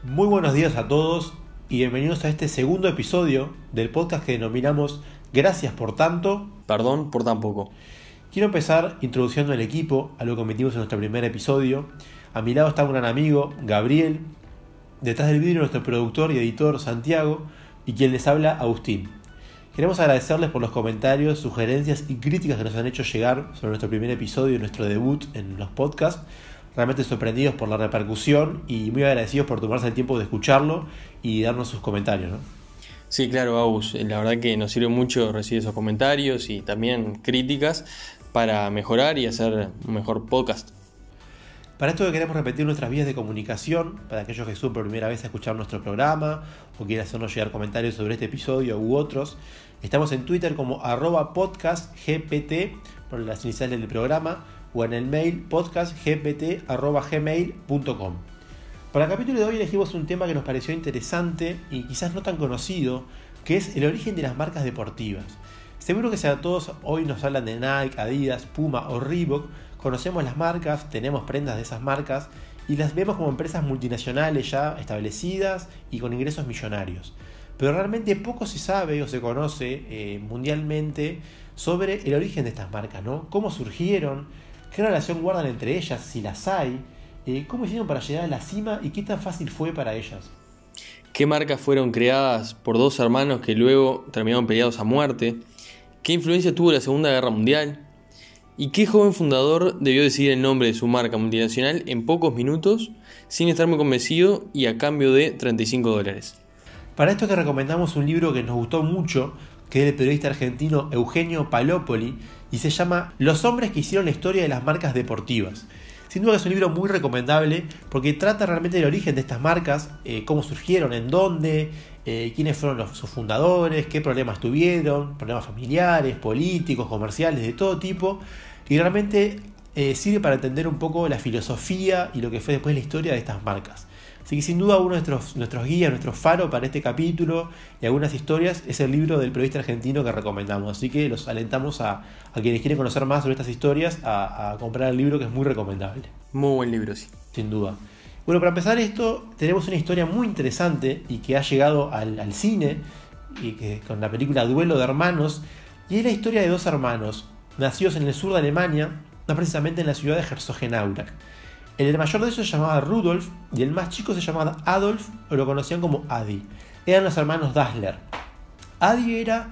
Muy buenos días a todos y bienvenidos a este segundo episodio del podcast que denominamos Gracias por tanto, Perdón por tan poco. Quiero empezar introduciendo al equipo, algo que omitimos en nuestro primer episodio. A mi lado está un gran amigo, Gabriel. Detrás del vidrio nuestro productor y editor, Santiago. Y quien les habla, Agustín. Queremos agradecerles por los comentarios, sugerencias y críticas que nos han hecho llegar sobre nuestro primer episodio y nuestro debut en los podcasts. Realmente sorprendidos por la repercusión y muy agradecidos por tomarse el tiempo de escucharlo y darnos sus comentarios, ¿no? Sí, claro, Agus. La verdad que nos sirve mucho recibir esos comentarios y también críticas para mejorar y hacer un mejor podcast. Para esto queremos repetir nuestras vías de comunicación para aquellos que suben por primera vez a escuchar nuestro programa o quieran hacernos llegar comentarios sobre este episodio u otros. Estamos en Twitter como @podcastgpt por las iniciales del programa o en el mail podcastgpt@gmail.com. Para el capítulo de hoy elegimos un tema que nos pareció interesante y quizás no tan conocido, que es el origen de las marcas deportivas. Seguro que si a todos hoy nos hablan de Nike, Adidas, Puma o Reebok, conocemos las marcas, tenemos prendas de esas marcas y las vemos como empresas multinacionales ya establecidas y con ingresos millonarios. Pero realmente poco se sabe o se conoce mundialmente sobre el origen de estas marcas, ¿no? Cómo surgieron, qué relación guardan entre ellas, si las hay, cómo hicieron para llegar a la cima y qué tan fácil fue para ellas. ¿Qué marcas fueron creadas por dos hermanos que luego terminaron peleados a muerte? ¿Qué influencia tuvo la Segunda Guerra Mundial? ¿Y qué joven fundador debió decidir el nombre de su marca multinacional en pocos minutos sin estar muy convencido y a cambio de $35? Para esto que recomendamos un libro que nos gustó mucho, que es del periodista argentino Eugenio Palopoli, y se llama Los hombres que hicieron la historia de las marcas deportivas. Sin duda que es un libro muy recomendable porque trata realmente del origen de estas marcas, cómo surgieron, en dónde, quiénes fueron sus fundadores, qué problemas tuvieron, problemas familiares, políticos, comerciales, de todo tipo, y realmente sirve para entender un poco la filosofía y lo que fue después la historia de estas marcas. Así que sin duda uno de nuestros guías, nuestro faro para este capítulo y algunas historias es el libro del periodista argentino que recomendamos. Así que los alentamos a quienes quieren conocer más sobre estas historias a comprar el libro, que es muy recomendable. Muy buen libro, sí. Sin duda. Bueno, para empezar esto tenemos una historia muy interesante y que ha llegado al cine y que con la película Duelo de Hermanos, y es la historia de dos hermanos nacidos en el sur de Alemania, más precisamente en la ciudad de Herzogenaurach. El mayor de ellos se llamaba Rudolf y el más chico se llamaba Adolf, o lo conocían como Adi. Eran los hermanos Dassler. Adi era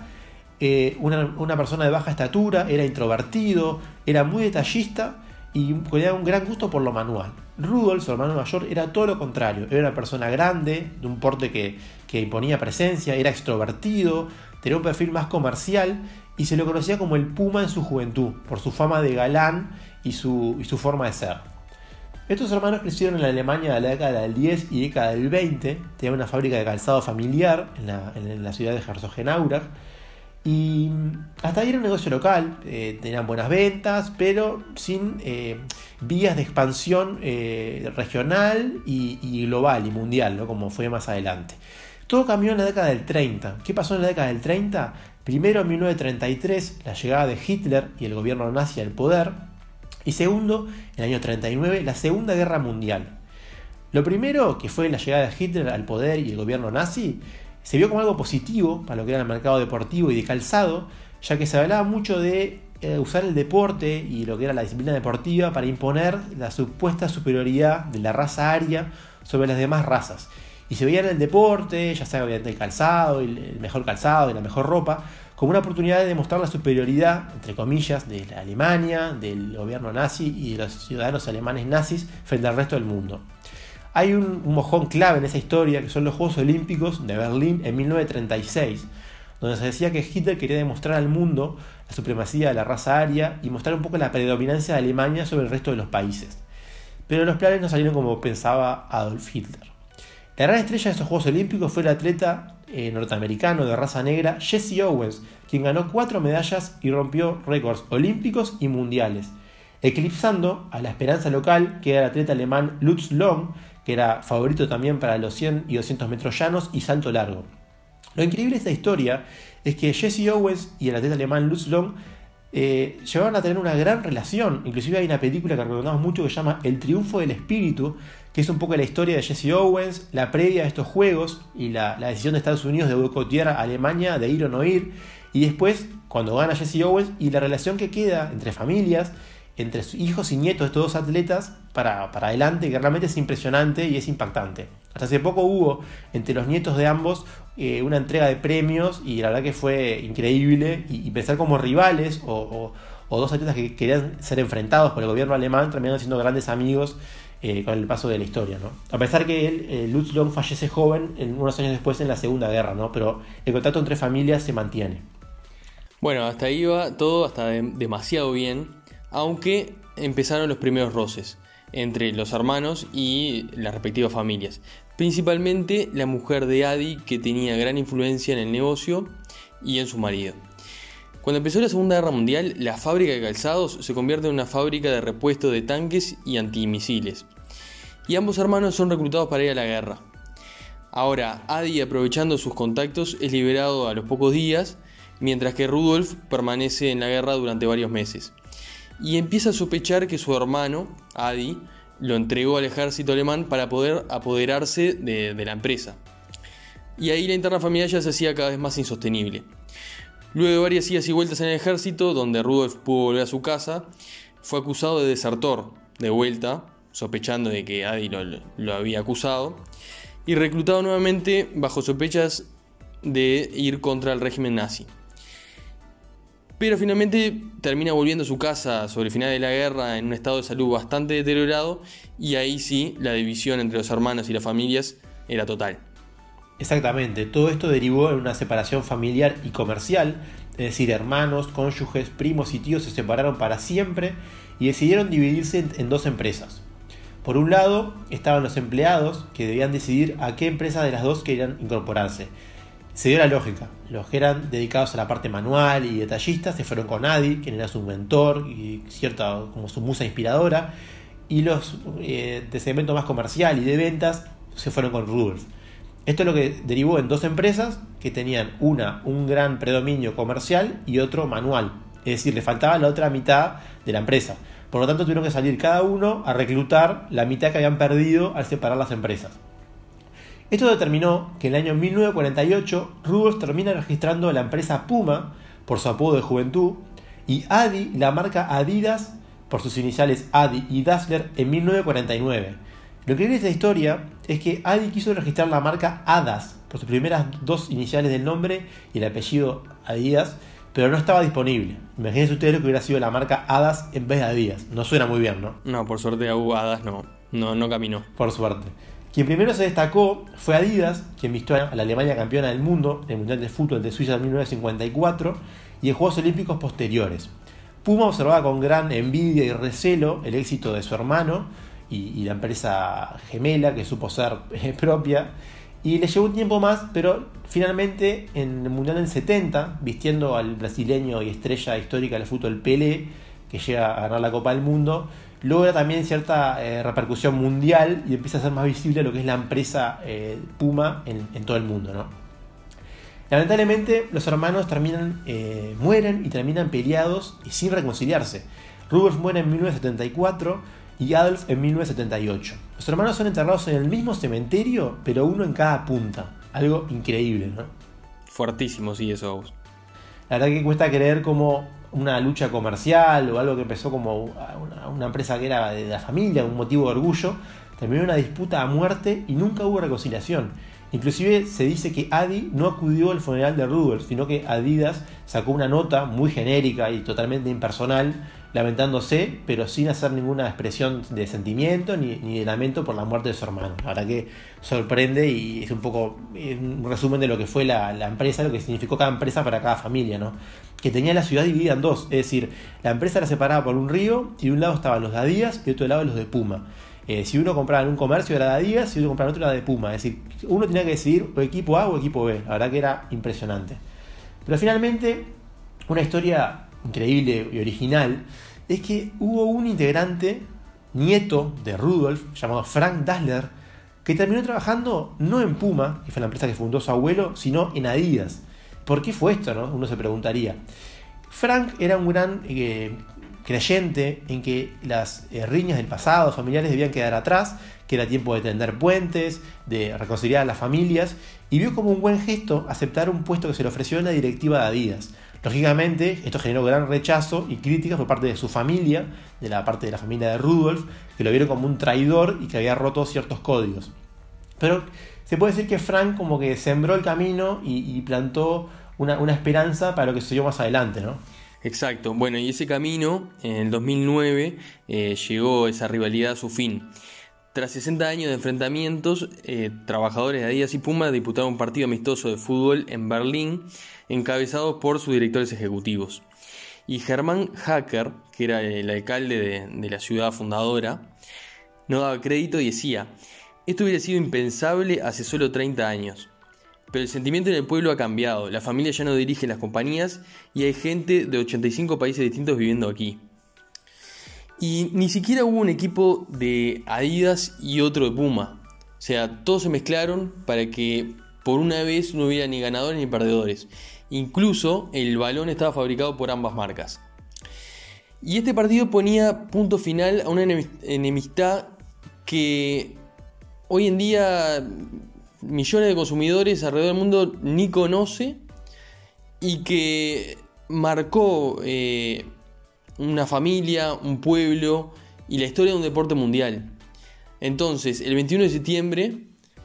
una persona de baja estatura, era introvertido, era muy detallista y tenía un gran gusto por lo manual. Rudolf, su hermano mayor, era todo lo contrario. Era una persona grande, de un porte que imponía presencia, era extrovertido, tenía un perfil más comercial y se lo conocía como el Puma en su juventud, por su fama de galán y su forma de ser. Estos hermanos crecieron en la Alemania de la década del 10 y década del 20, tenían una fábrica de calzado familiar en la ciudad de Herzogenaurach, y hasta ahí era un negocio local, tenían buenas ventas, pero sin vías de expansión regional y global y mundial, ¿no? Como fue más adelante. Todo cambió en la década del 30. ¿Qué pasó en la década del 30? Primero, en 1933, la llegada de Hitler y el gobierno nazi al poder. Y segundo, en el año 39, la Segunda Guerra Mundial. Lo primero, que fue la llegada de Hitler al poder y el gobierno nazi, se vio como algo positivo para lo que era el mercado deportivo y de calzado, ya que se hablaba mucho de usar el deporte y lo que era la disciplina deportiva para imponer la supuesta superioridad de la raza aria sobre las demás razas. Y se veía en el deporte, ya sea obviamente el calzado, el mejor calzado y la mejor ropa, como una oportunidad de demostrar la superioridad, entre comillas, de la Alemania, del gobierno nazi y de los ciudadanos alemanes nazis frente al resto del mundo. Hay un mojón clave en esa historia, que son los Juegos Olímpicos de Berlín en 1936, donde se decía que Hitler quería demostrar al mundo la supremacía de la raza aria y mostrar un poco la predominancia de Alemania sobre el resto de los países. Pero los planes no salieron como pensaba Adolf Hitler. La gran estrella de estos Juegos Olímpicos fue el atleta norteamericano de raza negra Jesse Owens, quien ganó 4 medallas y rompió récords olímpicos y mundiales, eclipsando a la esperanza local, que era el atleta alemán Lutz Long, que era favorito también para los 100 y 200 metros llanos y salto largo. Lo increíble de esta historia es que Jesse Owens y el atleta alemán Lutz Long llegaron a tener una gran relación. Inclusive hay una película que recordamos mucho que se llama El triunfo del espíritu, que es un poco la historia de Jesse Owens, la previa de estos juegos y la decisión de Estados Unidos de boicotear a Alemania, de ir o no ir, y después cuando gana Jesse Owens y la relación que queda entre familias, entre hijos y nietos de estos dos atletas para adelante, que realmente es impresionante y es impactante. Hasta hace poco hubo entre los nietos de ambos una entrega de premios y la verdad que fue increíble, y pensar como rivales o dos atletas que querían ser enfrentados por el gobierno alemán terminaron siendo grandes amigos con el paso de la historia, ¿no? A pesar que él, Lutz Long, fallece joven unos años después en la Segunda Guerra, ¿no? Pero el contacto entre familias se mantiene. Bueno, hasta ahí va todo hasta demasiado bien, aunque empezaron los primeros roces entre los hermanos y las respectivas familias. Principalmente la mujer de Adi, que tenía gran influencia en el negocio, y en su marido. Cuando empezó la Segunda Guerra Mundial, la fábrica de calzados se convierte en una fábrica de repuesto de tanques y antimisiles. Y ambos hermanos son reclutados para ir a la guerra. Ahora, Adi, aprovechando sus contactos, es liberado a los pocos días, mientras que Rudolf permanece en la guerra durante varios meses. Y empieza a sospechar que su hermano, Adi, lo entregó al ejército alemán para poder apoderarse de la empresa. Y ahí la interna familiar ya se hacía cada vez más insostenible. Luego de varias idas y vueltas en el ejército, donde Rudolf pudo volver a su casa, fue acusado de desertor de vuelta, sospechando de que Adi lo había acusado, y reclutado nuevamente bajo sospechas de ir contra el régimen nazi. Pero finalmente termina volviendo a su casa sobre el final de la guerra en un estado de salud bastante deteriorado, y ahí sí la división entre los hermanos y las familias era total. Exactamente, todo esto derivó en una separación familiar y comercial, es decir, hermanos, cónyuges, primos y tíos se separaron para siempre y decidieron dividirse en dos empresas. Por un lado estaban los empleados, que debían decidir a qué empresa de las dos querían incorporarse. Se dio la lógica, los que eran dedicados a la parte manual y detallista se fueron con Adi, quien era su mentor y cierta como su musa inspiradora, y los de segmento más comercial y de ventas se fueron con Rudolf. Esto es lo que derivó en dos empresas que tenían un gran predominio comercial y otro manual, es decir, le faltaba la otra mitad de la empresa. Por lo tanto tuvieron que salir cada uno a reclutar la mitad que habían perdido al separar las empresas. Esto determinó que en el año 1948 Rudolf termina registrando la empresa Puma por su apodo de juventud y Adi la marca Adidas por sus iniciales Adi y Dassler en 1949. Lo increíble de esta historia es que Adi quiso registrar la marca Adas por sus primeras dos iniciales del nombre y el apellido Adidas, pero no estaba disponible. Imagínense ustedes lo que hubiera sido la marca Adas en vez de Adidas. No suena muy bien, ¿no? No, por suerte Adas no caminó. Por suerte. Quien primero se destacó fue Adidas, quien vistió a la Alemania campeona del mundo en el Mundial de Fútbol de Suiza en 1954 y en Juegos Olímpicos posteriores. Puma observaba con gran envidia y recelo el éxito de su hermano y la empresa gemela que supo ser propia, y le llevó un tiempo más, pero finalmente en el Mundial del 70, vistiendo al brasileño y estrella histórica del fútbol Pelé, que llega a ganar la Copa del Mundo, logra también cierta repercusión mundial y empieza a ser más visible lo que es la empresa Puma en todo el mundo, ¿no? Lamentablemente los hermanos mueren y terminan peleados y sin reconciliarse. Rudolf muere en 1974 y Adolf en 1978. Los hermanos son enterrados en el mismo cementerio, pero uno en cada punta. Algo increíble, ¿no? Fuertísimo, sí, eso. La verdad que cuesta creer cómo una lucha comercial o algo que empezó como una empresa que era de la familia, un motivo de orgullo, terminó en una disputa a muerte y nunca hubo reconciliación. Inclusive se dice que Adi no acudió al funeral de Rudolf, sino que Adidas sacó una nota muy genérica y totalmente impersonal, lamentándose, pero sin hacer ninguna expresión de sentimiento ni de lamento por la muerte de su hermano. La verdad que sorprende y es un resumen de lo que fue la empresa, lo que significó cada empresa para cada familia, ¿no? Que tenía la ciudad dividida en dos, es decir, la empresa era separada por un río y de un lado estaban los de Adidas y de otro lado los de Puma. Si uno compraba en un comercio era de Adidas, si uno compraba en otro era de Puma. Es decir, uno tenía que decidir o equipo A o equipo B. La verdad que era impresionante. Pero finalmente, una historia increíble y original es que hubo un integrante, nieto de Rudolf, llamado Frank Dassler, que terminó trabajando no en Puma, que fue la empresa que fundó su abuelo, sino en Adidas. ¿Por qué fue esto, no? Uno se preguntaría. Frank era un gran creyente en que las riñas del pasado familiares debían quedar atrás, que era tiempo de tender puentes, de reconciliar a las familias, y vio como un buen gesto aceptar un puesto que se le ofreció en la directiva de Adidas. Lógicamente, esto generó gran rechazo y críticas por parte de su familia, de la parte de la familia de Rudolf, que lo vieron como un traidor y que había roto ciertos códigos. Pero se puede decir que Frank como que sembró el camino y plantó una esperanza para lo que sucedió más adelante, ¿no? Exacto. Bueno, y ese camino, en el 2009, llegó esa rivalidad a su fin. Tras 60 años de enfrentamientos, trabajadores de Adidas y Puma disputaron un partido amistoso de fútbol en Berlín, encabezados por sus directores ejecutivos. Y Germán Hacker, que era el alcalde de la ciudad fundadora, no daba crédito y decía: esto hubiera sido impensable hace solo 30 años. Pero el sentimiento en el pueblo ha cambiado, la familia ya no dirige las compañías y hay gente de 85 países distintos viviendo aquí. Y ni siquiera hubo un equipo de Adidas y otro de Puma. O sea, todos se mezclaron para que por una vez no hubiera ni ganadores ni perdedores. Incluso el balón estaba fabricado por ambas marcas. Y este partido ponía punto final a una enemistad que hoy en día millones de consumidores alrededor del mundo ni conoce y que marcó una familia, un pueblo y la historia de un deporte mundial. Entonces, el 21 de septiembre,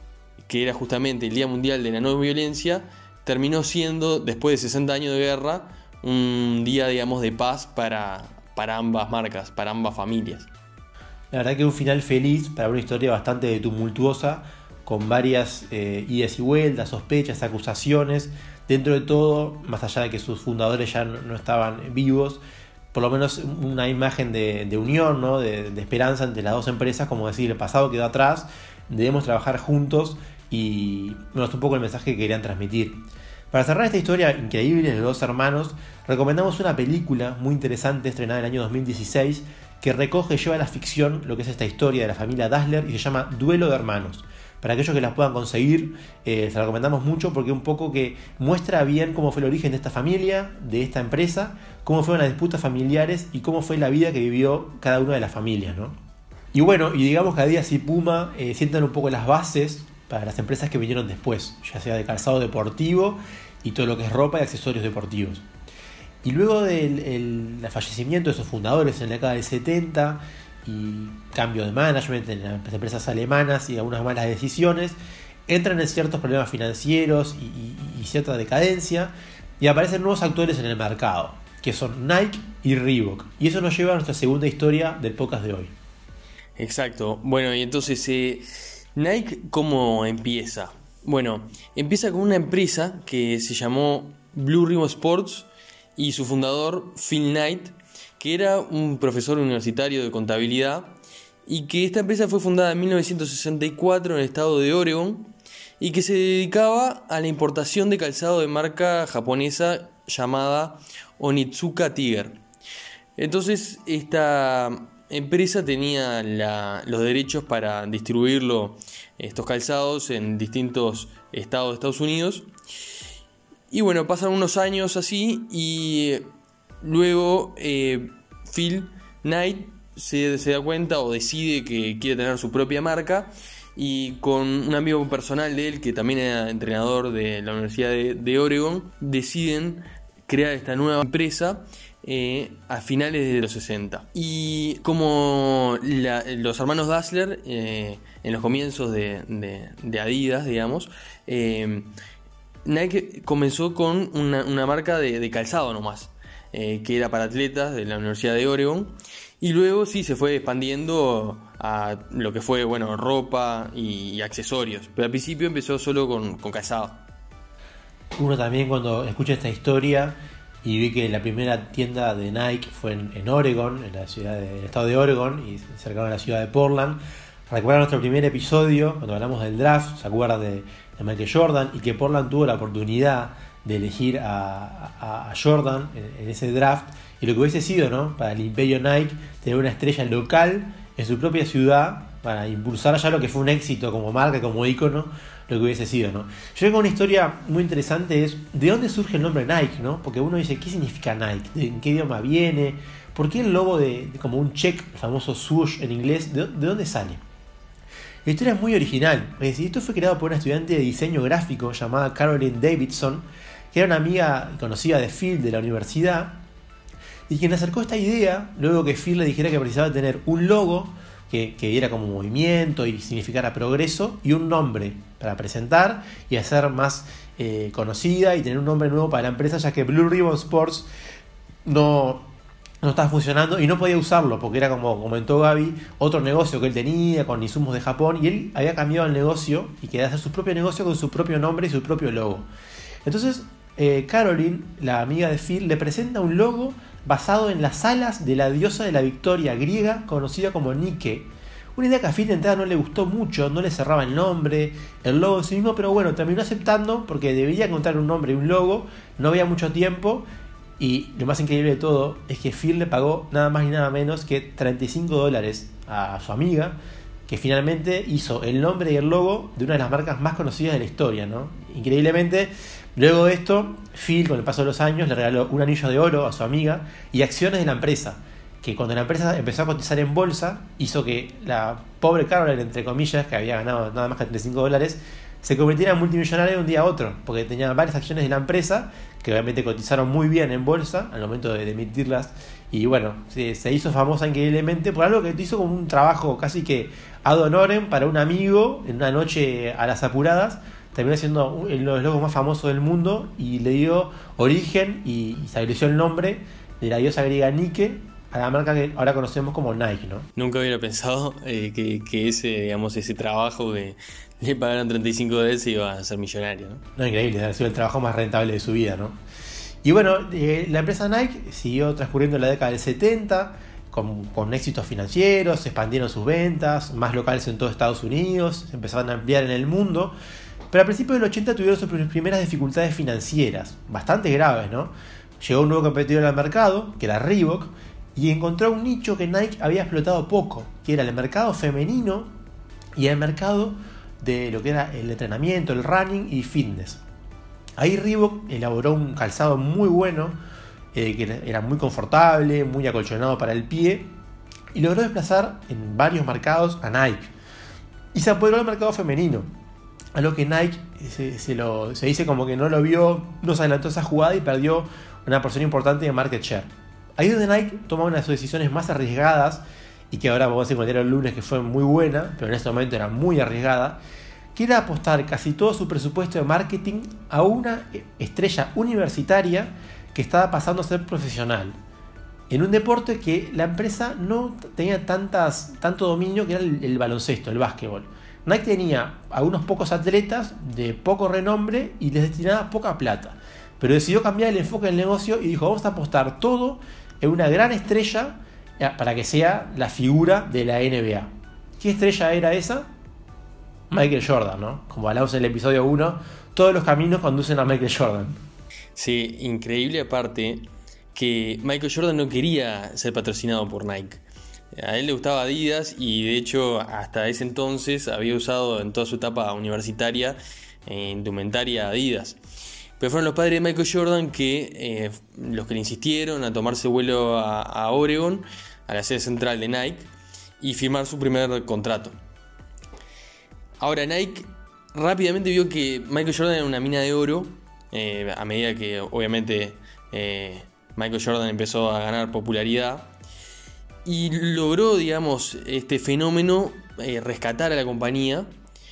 que era justamente el Día Mundial de la No Violencia, terminó siendo, después de 60 años de guerra, un día, digamos, de paz para ambas marcas, para ambas familias. La verdad que un final feliz para una historia bastante tumultuosa, con varias idas y vueltas, sospechas, acusaciones. Dentro de todo, más allá de que sus fundadores ya no estaban vivos, por lo menos una imagen de unión, ¿no? de esperanza entre las dos empresas, como decir, el pasado quedó atrás, debemos trabajar juntos, y bueno, es un poco el mensaje que querían transmitir. Para cerrar esta historia increíble de los dos hermanos, recomendamos una película muy interesante estrenada en el año 2016 que recoge y lleva a la ficción lo que es esta historia de la familia Dassler y se llama Duelo de Hermanos. Para aquellos que las puedan conseguir, se la recomendamos mucho porque un poco que muestra bien cómo fue el origen de esta familia, de esta empresa, cómo fueron las disputas familiares y cómo fue la vida que vivió cada una de las familias, ¿no? Y bueno, y digamos que Adidas y Puma sientan un poco las bases para las empresas que vinieron después, ya sea de calzado deportivo y todo lo que es ropa y accesorios deportivos. Y luego del fallecimiento de sus fundadores en la década del 70 y cambio de management en las empresas alemanas y algunas malas decisiones, entran en ciertos problemas financieros y cierta decadencia, y aparecen nuevos actores en el mercado, que son Nike y Reebok. Y eso nos lleva a nuestra segunda historia del podcast de hoy. Exacto. Bueno, y entonces Nike, ¿cómo empieza? Bueno, empieza con una empresa que se llamó Blue Ribbon Sports y su fundador, Phil Knight, que era un profesor universitario de contabilidad, y que esta empresa fue fundada en 1964 en el estado de Oregon y que se dedicaba a la importación de calzado de marca japonesa llamada Onitsuka Tiger. Entonces esta empresa tenía los derechos para distribuirlo, estos calzados, en distintos estados de Estados Unidos. Y bueno, pasan unos años así y luego Phil Knight se da cuenta o decide que quiere tener su propia marca, y con un amigo personal de él que también era entrenador de la Universidad de Oregon, deciden crear esta nueva empresa a finales de los 60. Y como los hermanos Dassler en los comienzos de Adidas, digamos, Nike comenzó con una marca de calzado nomás, que era para atletas de la Universidad de Oregon, y luego sí se fue expandiendo a lo que fue, bueno, ropa y accesorios, pero al principio empezó solo con calzado. Uno también, cuando escucha esta historia y vi que la primera tienda de Nike fue en Oregon, en la ciudad del estado de Oregon y cercano a la ciudad de Portland, recuerda nuestro primer episodio cuando hablamos del draft, se acuerdan de Michael Jordan, y que Portland tuvo la oportunidad de elegir a Jordan en ese draft, y lo que hubiese sido, ¿no?, para el imperio Nike tener una estrella local en su propia ciudad para impulsar ya lo que fue un éxito como marca, como ícono, lo que hubiese sido, ¿no? Yo creo que una historia muy interesante es de dónde surge el nombre Nike, ¿no? Porque uno dice, ¿qué significa Nike? ¿En qué idioma viene? ¿Por qué el logo de como un check, el famoso swoosh en inglés, de dónde sale? La historia es muy original. Es decir, esto fue creado por una estudiante de diseño gráfico llamada Caroline Davidson, que era una amiga conocida de Phil de la universidad, y quien acercó esta idea luego que Phil le dijera que precisaba tener un logo que diera como movimiento y significara progreso, y un nombre para presentar y hacer más conocida y tener un nombre nuevo para la empresa, ya que Blue Ribbon Sports no estaba funcionando y no podía usarlo porque era, como comentó Gaby, otro negocio que él tenía con insumos de Japón, y él había cambiado el negocio y quería hacer su propio negocio con su propio nombre y su propio logo. Entonces Caroline, la amiga de Phil, le presenta un logo basado en las alas de la diosa de la victoria griega conocida como Nike. Una idea que a Phil de entrada no le gustó mucho, no le cerraba el nombre, el logo en sí mismo, pero bueno, terminó aceptando porque debía encontrar un nombre y un logo, no había mucho tiempo, y lo más increíble de todo es que Phil le pagó nada más y nada menos que $35 a su amiga, que finalmente hizo el nombre y el logo de una de las marcas más conocidas de la historia, ¿no? Increíblemente, luego de esto, Phil, con el paso de los años, le regaló un anillo de oro a su amiga y acciones de la empresa, que cuando la empresa empezó a cotizar en bolsa, hizo que la pobre Caroline, entre comillas, que había ganado nada más que $35, se convirtiera en multimillonaria de un día a otro, porque tenía varias acciones de la empresa, que obviamente cotizaron muy bien en bolsa al momento de emitirlas, y bueno, se hizo famosa increíblemente por algo que hizo como un trabajo casi que ad honorem para un amigo en una noche a las apuradas. Terminó siendo uno de los logos más famosos del mundo y le dio origen y estableció el nombre de la diosa griega Nike a la marca que ahora conocemos como Nike, ¿no? Nunca hubiera pensado que ese trabajo que le pagaron $35 iba a ser millonario, ¿no? No, increíble, ha sido el trabajo más rentable de su vida, ¿no? Y bueno, la empresa Nike siguió transcurriendo la década del 70 con éxitos financieros, se expandieron sus ventas, más locales en todo Estados Unidos, se empezaron a ampliar en el mundo, pero a principios del 80 tuvieron sus primeras dificultades financieras, bastante graves, ¿no? Llegó un nuevo competidor al mercado, que era Reebok, y encontró un nicho que Nike había explotado poco, que era el mercado femenino y el mercado de lo que era el entrenamiento, el running y fitness. Ahí Reebok elaboró un calzado muy bueno, que era muy confortable, muy acolchonado para el pie, y logró desplazar en varios mercados a Nike. Y se apoderó del mercado femenino, a lo que Nike se dice como que no lo vio, no se adelantó esa jugada y perdió una porción importante de market share. Ahí es donde Nike toma una de sus decisiones más arriesgadas, y que ahora vamos a encontrar el lunes, que fue muy buena, pero en este momento era muy arriesgada, que era apostar casi todo su presupuesto de marketing a una estrella universitaria que estaba pasando a ser profesional, en un deporte que la empresa no tenía tanto dominio, que era el baloncesto, el básquetbol. Nike tenía a unos pocos atletas de poco renombre y les destinaba poca plata, pero decidió cambiar el enfoque del negocio y dijo, vamos a apostar todo en una gran estrella para que sea la figura de la NBA. ¿Qué estrella era esa? Michael Jordan, ¿no? Como hablamos en el episodio 1, todos los caminos conducen a Michael Jordan. Sí, increíble aparte que Michael Jordan no quería ser patrocinado por Nike. A él le gustaba Adidas y de hecho hasta ese entonces había usado en toda su etapa universitaria indumentaria Adidas. Pero fueron los padres de Michael Jordan los que le insistieron a tomarse vuelo a Oregon, a la sede central de Nike, y firmar su primer contrato. Ahora Nike rápidamente vio que Michael Jordan era una mina de oro, a medida que obviamente Michael Jordan empezó a ganar popularidad, y logró, digamos, este fenómeno rescatar a la compañía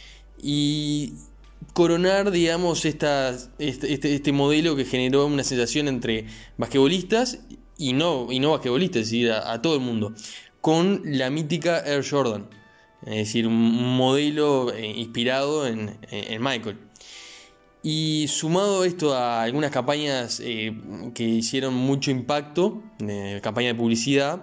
y coronar, digamos, este modelo que generó una sensación entre basquetbolistas y no basquetbolistas, es decir, a todo el mundo, con la mítica Air Jordan, es decir, un modelo inspirado en Michael. Y sumado esto a algunas campañas que hicieron mucho impacto, campaña de publicidad,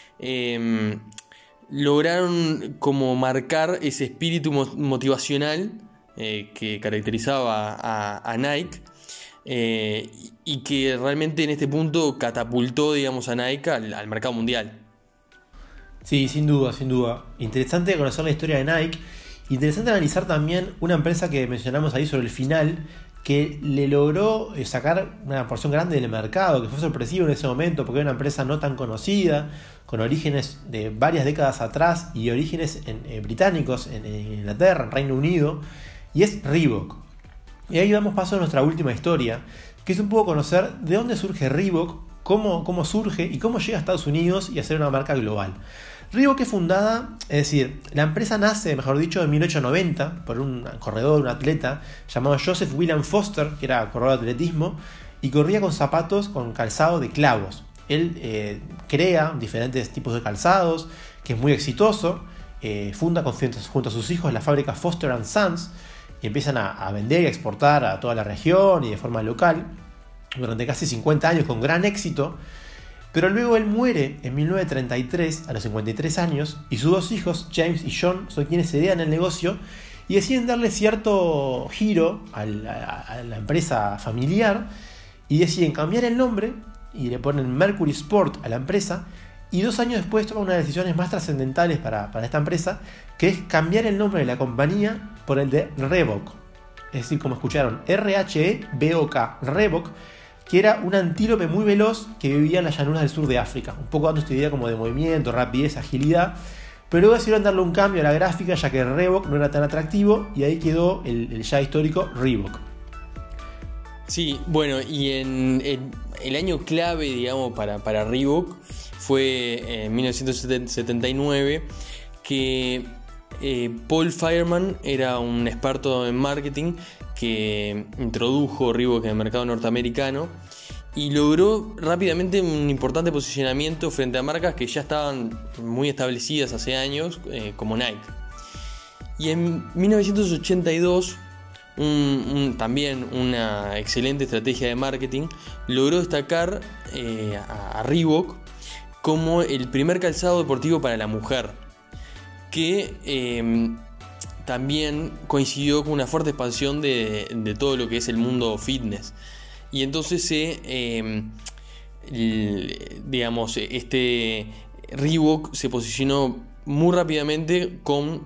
lograron como marcar ese espíritu motivacional que caracterizaba a Nike, y que realmente en este punto catapultó, digamos, a Nike al mercado mundial. Sí, sin duda, sin duda. Interesante conocer la historia de Nike. Interesante analizar también una empresa que mencionamos ahí sobre el final, que le logró sacar una porción grande del mercado, que fue sorpresivo en ese momento, porque era una empresa no tan conocida, con orígenes de varias décadas atrás y orígenes británicos en Inglaterra, en Reino Unido, y es Reebok. Y ahí damos paso a nuestra última historia, que es un poco conocer de dónde surge Reebok, cómo surge y cómo llega a Estados Unidos y a ser una marca global. Reebok es fundada, es decir, la empresa nace, mejor dicho, en 1890 por un corredor, un atleta llamado Joseph William Foster, que era corredor de atletismo, y corría con zapatos con calzado de clavos. Él crea diferentes tipos de calzados, que es muy exitoso, funda junto a sus hijos la fábrica Foster & Sons, y empiezan a vender y a exportar a toda la región y de forma local, durante casi 50 años con gran éxito. Pero luego él muere en 1933 a los 53 años y sus dos hijos, James y John, son quienes heredan el negocio y deciden darle cierto giro a la empresa familiar y deciden cambiar el nombre y le ponen Mercury Sport a la empresa, y 2 años después toman una de las decisiones más trascendentales para esta empresa, que es cambiar el nombre de la compañía por el de Reebok, es decir, como escucharon, R-H-E-B-O-K, Reebok, que era un antílope muy veloz que vivía en las llanuras del sur de África, un poco dando esta idea como de movimiento, rapidez, agilidad, pero luego decidieron darle un cambio a la gráfica ya que Reebok no era tan atractivo y ahí quedó el ya histórico Reebok. Sí, bueno, y en el año clave, digamos, para Reebok fue en 1979, que Paul Fireman era un experto en marketing que introdujo Reebok en el mercado norteamericano y logró rápidamente un importante posicionamiento frente a marcas que ya estaban muy establecidas hace años, como Nike. Y en 1982, también una excelente estrategia de marketing logró destacar a Reebok como el primer calzado deportivo para la mujer, que también coincidió con una fuerte expansión de todo lo que es el mundo fitness. Y entonces este Reebok se posicionó muy rápidamente como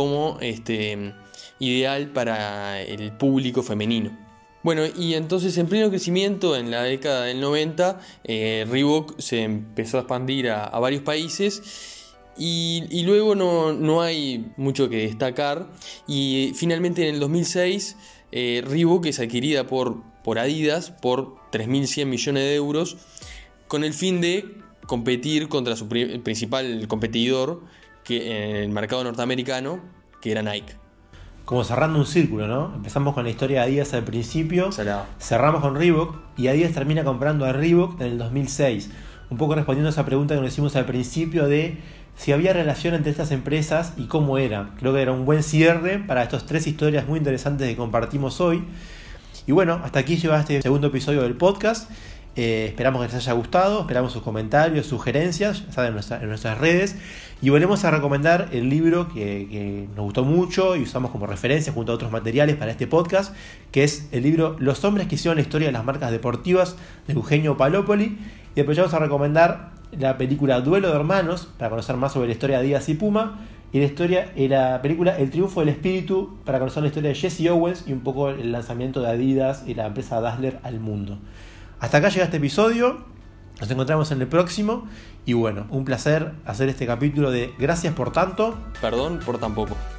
ideal para el público femenino. Bueno, y entonces en pleno crecimiento en la década del 90, Reebok se empezó a expandir a varios países. Y luego no hay mucho que destacar, y finalmente en el 2006 Reebok es adquirida por Adidas por 3.100 millones de euros, con el fin de competir contra su principal competidor en el mercado norteamericano, que era Nike. Como cerrando un círculo, ¿no? Empezamos con la historia de Adidas al principio, Salado. Cerramos con Reebok y Adidas termina comprando a Reebok en el 2006. Un poco respondiendo a esa pregunta que nos hicimos al principio de si había relación entre estas empresas y cómo era. Creo que era un buen cierre para estas 3 historias muy interesantes que compartimos hoy. Y bueno, hasta aquí llega este segundo episodio del podcast. Esperamos que les haya gustado, esperamos sus comentarios, sugerencias, ya saben, en nuestras redes. Y volvemos a recomendar el libro que nos gustó mucho y usamos como referencia junto a otros materiales para este podcast, que es el libro Los hombres que hicieron la historia de las marcas deportivas, de Eugenio Palopoli. Y después vamos a recomendar la película Duelo de Hermanos, para conocer más sobre la historia de Adidas y Puma, y la película El Triunfo del Espíritu, para conocer la historia de Jesse Owens y un poco el lanzamiento de Adidas y la empresa Dassler al mundo. Hasta acá llega este episodio, nos encontramos en el próximo, y bueno, un placer hacer este capítulo de Gracias por tanto. Perdón por tan poco.